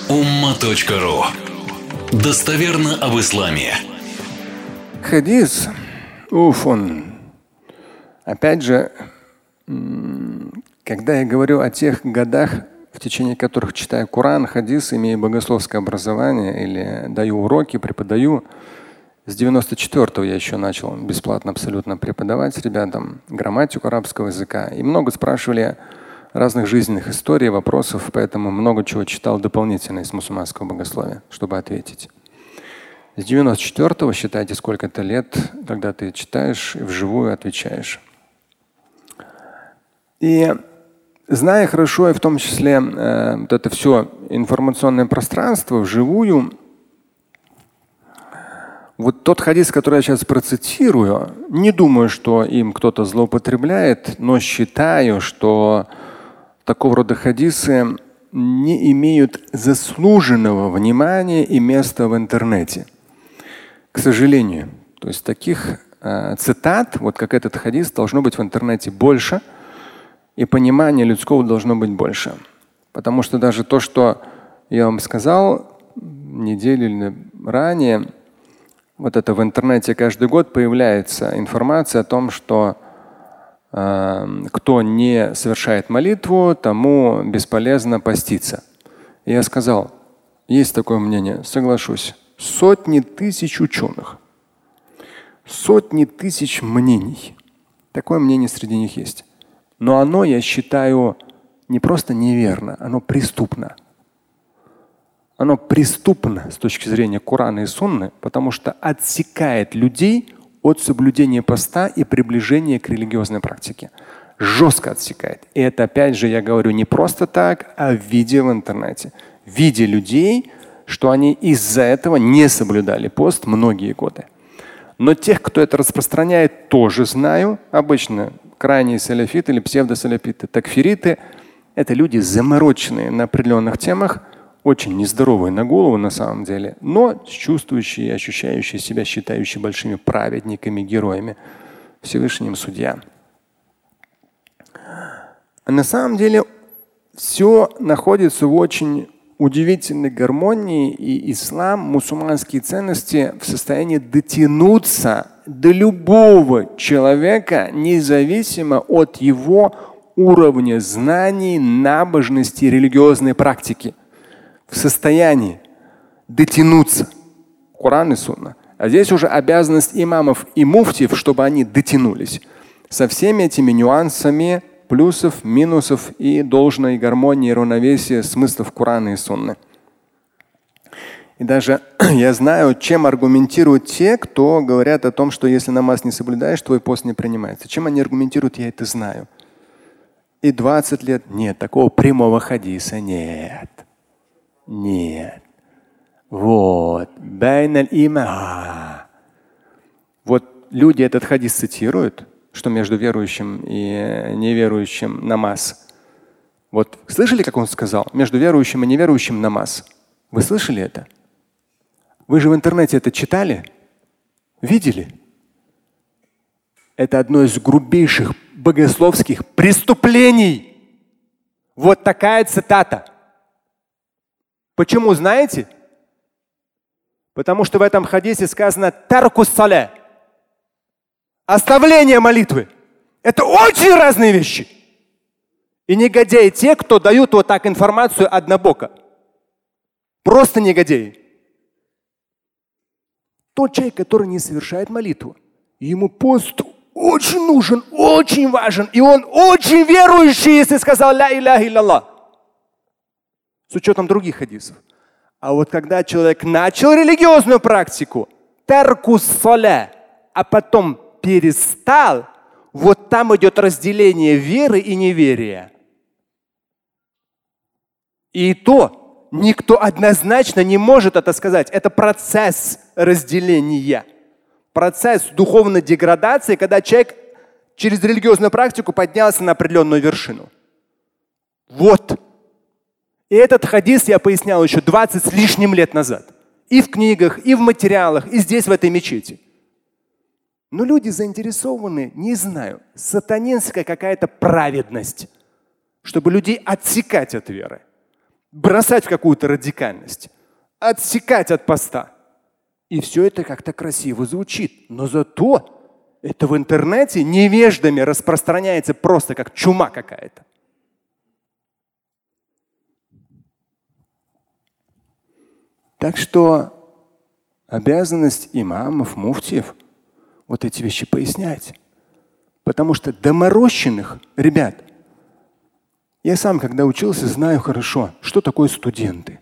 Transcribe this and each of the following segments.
umma.ru. Достоверно об исламе. Хадис, он. Опять же, когда я говорю о тех годах, в течение которых читаю Коран, хадис, имею богословское образование или даю уроки, преподаю, с 94-го я еще начал бесплатно абсолютно преподавать ребятам грамматику арабского языка. И много спрашивали разных жизненных историй, вопросов, поэтому много чего читал дополнительно из мусульманского богословия, чтобы ответить. С 94-го, считайте, сколько это лет, когда ты читаешь и вживую отвечаешь. И зная хорошо, и в том числе вот это все информационное пространство вживую, вот тот хадис, который я сейчас процитирую, не думаю, что им кто-то злоупотребляет, но считаю, что такого рода хадисы не имеют заслуженного внимания и места в интернете. К сожалению. То есть таких цитат, вот как этот хадис, должно быть в интернете больше, и понимания людского должно быть больше. Потому что даже то, что я вам сказал неделю или ранее, вот это в интернете каждый год появляется информация о том, что кто не совершает молитву, тому бесполезно поститься. И я сказал, есть такое мнение, соглашусь. Сотни тысяч ученых, сотни тысяч мнений. Такое мнение среди них есть. Но оно, я считаю, не просто неверно, оно преступно. Оно преступно с точки зрения Корана и Сунны, потому что отсекает людей от соблюдения поста и приближения к религиозной практике. Жестко отсекает. И это, опять же, я говорю не просто так, а в виде в интернете. В виде людей, что они из-за этого не соблюдали пост многие годы. Но тех, кто это распространяет, тоже знаю. Обычно крайние саляфиты или псевдосаляфиты, такфириты – это люди замороченные на определенных темах, очень нездоровые на голову на самом деле, но чувствующие, ощущающие себя, считающие большими праведниками, героями, Всевышним судья. А на самом деле все находится в очень удивительной гармонии, и ислам, мусульманские ценности в состоянии дотянуться до любого человека, независимо от его уровня знаний, набожности, религиозной практики. В состоянии дотянуться. Коран и Сунна. А здесь уже обязанность имамов и муфтиев, чтобы они дотянулись. Со всеми этими нюансами, плюсов, минусов и должной гармонии, равновесия смыслов Корана и Сунны. И даже я знаю, чем аргументируют те, кто говорят о том, что если намаз не соблюдаешь, твой пост не принимается. Чем они аргументируют, я это знаю. И 20 лет нет, такого прямого хадиса нет. Нет. Вот. Вот люди этот хадис цитируют, что между верующим и неверующим намаз. Вот слышали, как он сказал? Между верующим и неверующим намаз. Вы слышали это? Вы же в интернете это читали? Видели? Это одно из грубейших богословских преступлений. Вот такая цитата. Почему, знаете? Потому что в этом хадисе сказано таркус саля. Оставление молитвы. Это очень разные вещи. И негодяи те, кто дают вот так информацию однобоко. Просто негодяи. Тот человек, который не совершает молитву, ему пост очень нужен, очень важен, и он очень верующий, если сказал ля иляха илляллах. С учетом других хадисов. А вот когда человек начал религиозную практику, таркус саля, а потом перестал, вот там идет разделение веры и неверия. И то никто однозначно не может это сказать. Это процесс разделения. Процесс духовной деградации, когда человек через религиозную практику поднялся на определенную вершину. Вот. И этот хадис я пояснял еще 20 с лишним лет назад. И в книгах, и в материалах, и здесь, в этой мечети. Но люди заинтересованы, не знаю, сатанинская какая-то праведность, чтобы людей отсекать от веры. бросать в какую-то радикальность, отсекать от поста. И все это как-то красиво звучит. Но зато это в интернете невеждами распространяется просто как чума какая-то. Так что обязанность имамов, муфтиев вот эти вещи пояснять. Потому что доморощенных ребят, я сам, когда учился, знаю хорошо, что такое студенты.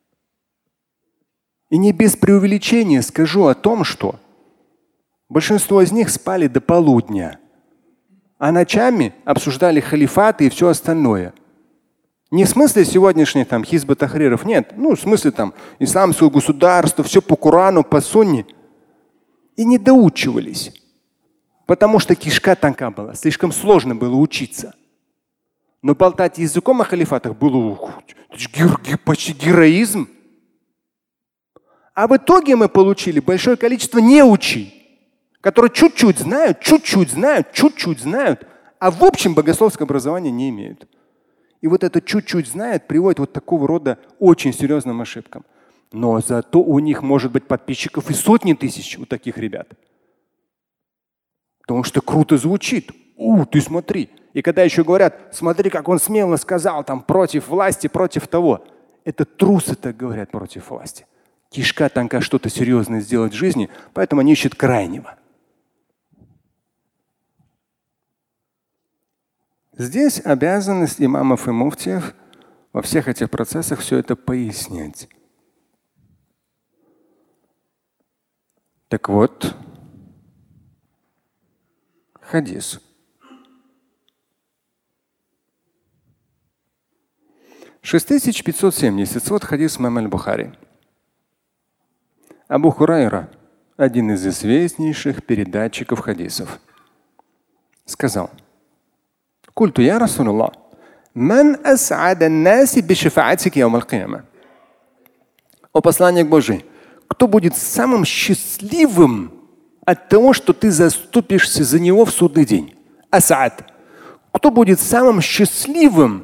И не без преувеличения скажу о том, что большинство из них спали до полудня, а ночами обсуждали халифаты и все остальное. Не в смысле сегодняшних там хизб тахриров, нет. Ну, в смысле там исламского государства, все по Корану, по Сунне. И не доучивались. Потому что кишка тонка была, слишком сложно было учиться. Но болтать языком о халифатах было почти героизм. А в итоге мы получили большое количество неучей, которые чуть-чуть знают, а в общем богословское образование не имеют. И вот это чуть-чуть знают приводит вот такого рода очень серьезным ошибкам. Но зато у них может быть подписчиков и сотни тысяч у таких ребят. Потому что круто звучит. Ты смотри. И когда еще говорят, смотри, как он смело сказал там против власти, против того. Это трусы так говорят против власти. Кишка тонка что-то серьезное сделать в жизни, поэтому они ищут крайнего. Здесь обязанность имамов и муфтиев во всех этих процессах все это пояснять. Так вот, хадис. – 6570 хадис имама аль-Бухари. Абу Хурайра, один из известнейших передатчиков хадисов, сказал: «Культу я Расулуллах, ман ас'ада наси бишафаатики яум аль-кияма». О посланник Божий, кто будет самым счастливым от того, что ты заступишься за него в судный день? Ас'ад. Кто будет самым счастливым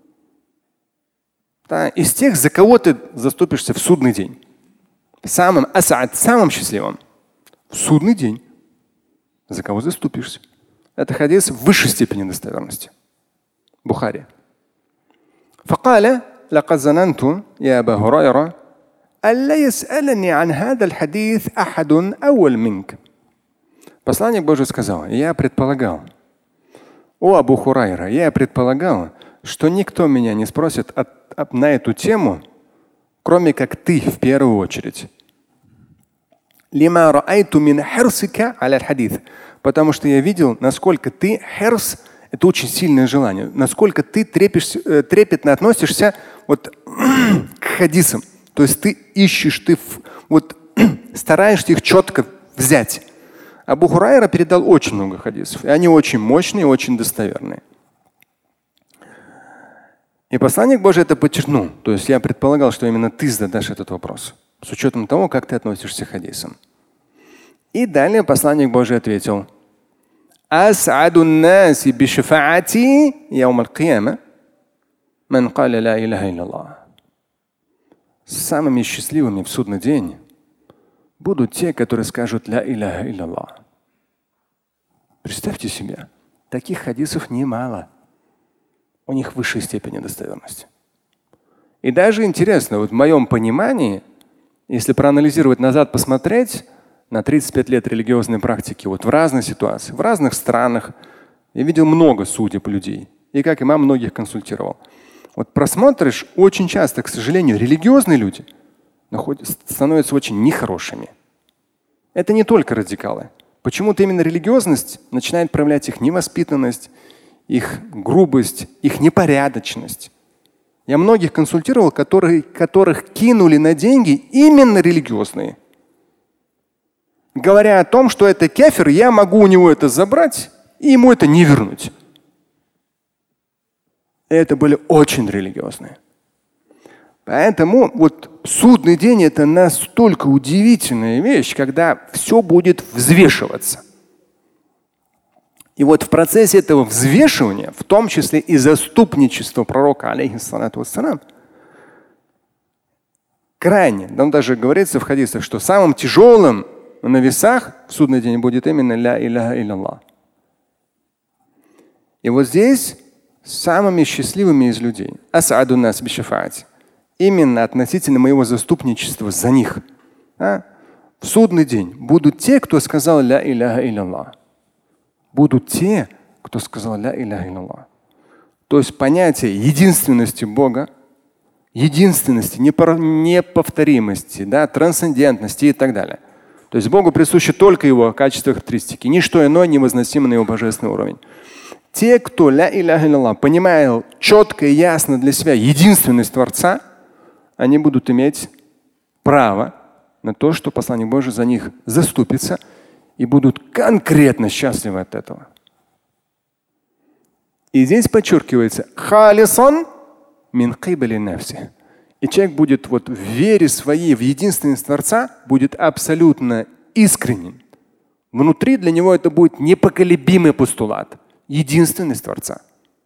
из тех, за кого ты заступишься в судный день? Самым ас'ад, самым счастливым. В судный день. За кого заступишься? Это хадис в высшей степени достоверности. Бухари. فقال لقد ظننت يا أبا هريرة ألا يسألني عن هذا الحديث أحد أول منك. Посланник Божий сказал: я предполагал, о Абу Хурайра, я предполагал, что никто меня не спросит на эту тему, кроме как ты в первую очередь. لما رأيت من حرصك على الحديث. Потому что я видел, насколько ты херс – это очень сильное желание, насколько ты трепетно относишься вот к хадисам. То есть ты ищешь, ты вот стараешься их четко взять. Абу Хурайра передал очень много хадисов, и они очень мощные, очень достоверные. И посланник Божий это подчеркнул. То есть я предполагал, что именно ты задашь этот вопрос, с учетом того, как ты относишься к хадисам. И далее посланник Божий ответил: «Ас'аду наси бишафаати яум аль-кияма ман каля ла илляха илляллах». Самыми счастливыми в судный день будут те, которые скажут ла илляха илляллах. Представьте себе, таких хадисов немало. У них высшей степени достоверности. И даже интересно, вот в моем понимании, если проанализировать назад, посмотреть на 35 лет религиозной практики, вот в разных ситуациях, в разных странах, я видел много судеб людей. И как имам многих консультировал. Вот просмотришь, очень часто, к сожалению, религиозные люди становятся очень нехорошими. Это не только радикалы. Почему-то именно религиозность начинает проявлять их невоспитанность, их грубость, их непорядочность. Я многих консультировал, которых кинули на деньги именно религиозные. Говоря о том, что это кефир, я могу у него это забрать и ему это не вернуть. Это были очень религиозные. Поэтому вот судный день – это настолько удивительная вещь, когда все будет взвешиваться. И вот в процессе этого взвешивания, в том числе и заступничества пророка, алейхиссалату вассалям, крайне. Там даже говорится в хадисах, что самым тяжелым на весах в судный день будет именно ля иляха илlallah. И вот здесь самыми счастливыми из людей ас'аду нас бишафаати. Именно относительно моего заступничества за них. В судный день будут те, кто сказал ля иляха илlallah. Будут те, кто сказал ля иляха илlallah. То есть понятие единственности Бога, единственности, неповторимости, трансцендентности и так далее. То есть Богу присущи только Его качества и характеристики. Ничто иное невозносимо на Его божественный уровень. Те, кто ля иляха илlallah понимает четко и ясно для себя единственность Творца, они будут иметь право на то, что посланник Божий за них заступится и будут конкретно счастливы от этого. И здесь подчеркивается халисан мин кибали нафси. И человек будет в вере своей в единственность Творца будет абсолютно искренен. Внутри для него это будет непоколебимый постулат. Единственность Творца.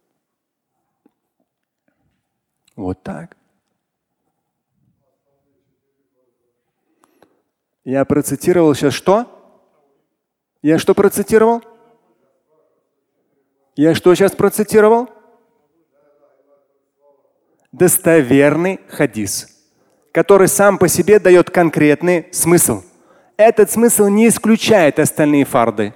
Вот так. Я процитировал сейчас что? Я что процитировал? Я что сейчас процитировал? Достоверный хадис, который сам по себе дает конкретный смысл. Этот смысл не исключает остальные фарды.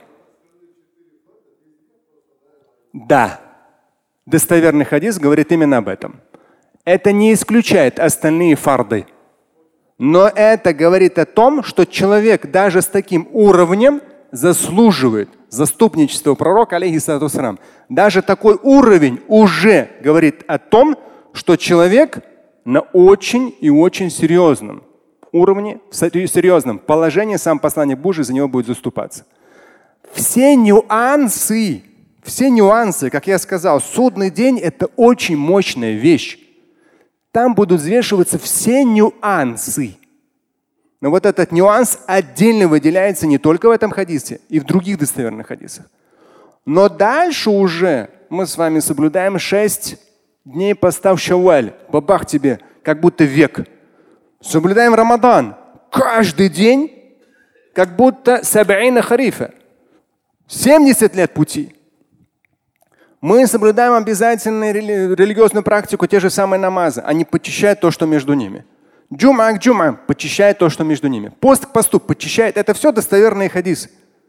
Да, достоверный хадис говорит именно об этом. Это не исключает остальные фарды. Но это говорит о том, что человек даже с таким уровнем заслуживает заступничества пророка, алейхиссалату вассалям. Даже такой уровень уже говорит о том, что человек на очень и очень серьезном уровне, в серьезном положении сам посланник Божий за него будет заступаться. Все нюансы, как я сказал, судный день – это очень мощная вещь. Там будут взвешиваться все нюансы. Но вот этот нюанс отдельно выделяется не только в этом хадисе, и в других достоверных хадисах. Но дальше уже мы с вами соблюдаем 6 дней поста в Шавваль. Бабах тебе, как будто век. Соблюдаем Рамадан. Каждый день, как будто саб'ина харифа. 70 лет пути. Мы соблюдаем обязательно религиозную практику, те же самые намазы. Они почищают то, что между ними. Джума к джума почищает то, что между ними. Пост к посту почищает. Это все достоверные хадисы.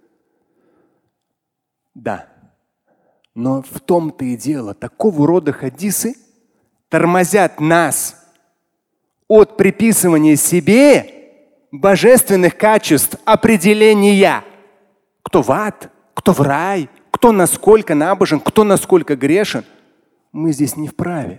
Да. Но в том-то и дело, такого рода хадисы тормозят нас от приписывания себе божественных качеств определения. Кто в ад, кто в рай, кто насколько набожен, кто насколько грешен. Мы здесь не вправе.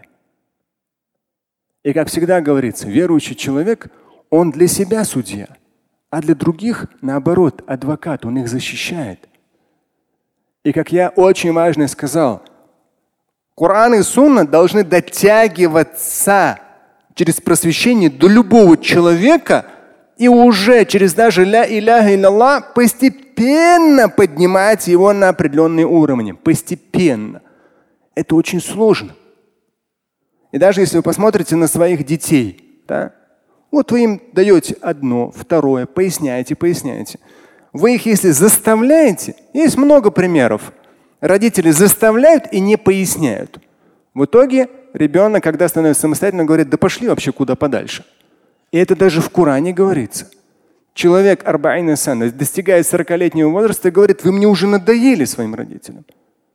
И как всегда говорится, верующий человек, он для себя судья, а для других, наоборот, адвокат, он их защищает. И как я очень важно сказал, Коран и Сунна должны дотягиваться через просвещение до любого человека и уже через даже ля иляха илlallah постепенно поднимать его на определенные уровни. Постепенно. Это очень сложно. И даже если вы посмотрите на своих детей, вот вы им даете одно, второе, поясняете. Вы их, если заставляете, есть много примеров. Родители заставляют и не поясняют. В итоге ребенок, когда становится самостоятельным, говорит, да пошли вообще куда подальше. И это даже в Коране говорится. Человек арба'ина сана достигает 40-летнего возраста и говорит, вы мне уже надоели своим родителям.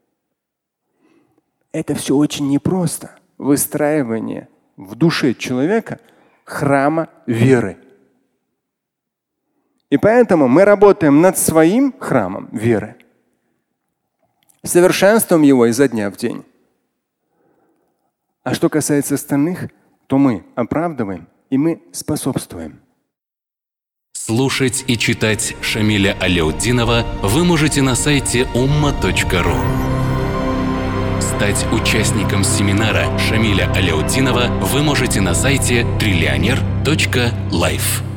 Это все очень непросто. Выстраивание в душе человека храма веры. И поэтому мы работаем над своим храмом веры. Совершенствуем его изо дня в день. А что касается остальных, то мы оправдываем и мы способствуем. Слушать и читать Шамиля Аляутдинова вы можете на сайте umma.ru. Стать участником семинара Шамиля Аляутдинова вы можете на сайте trillioner.life.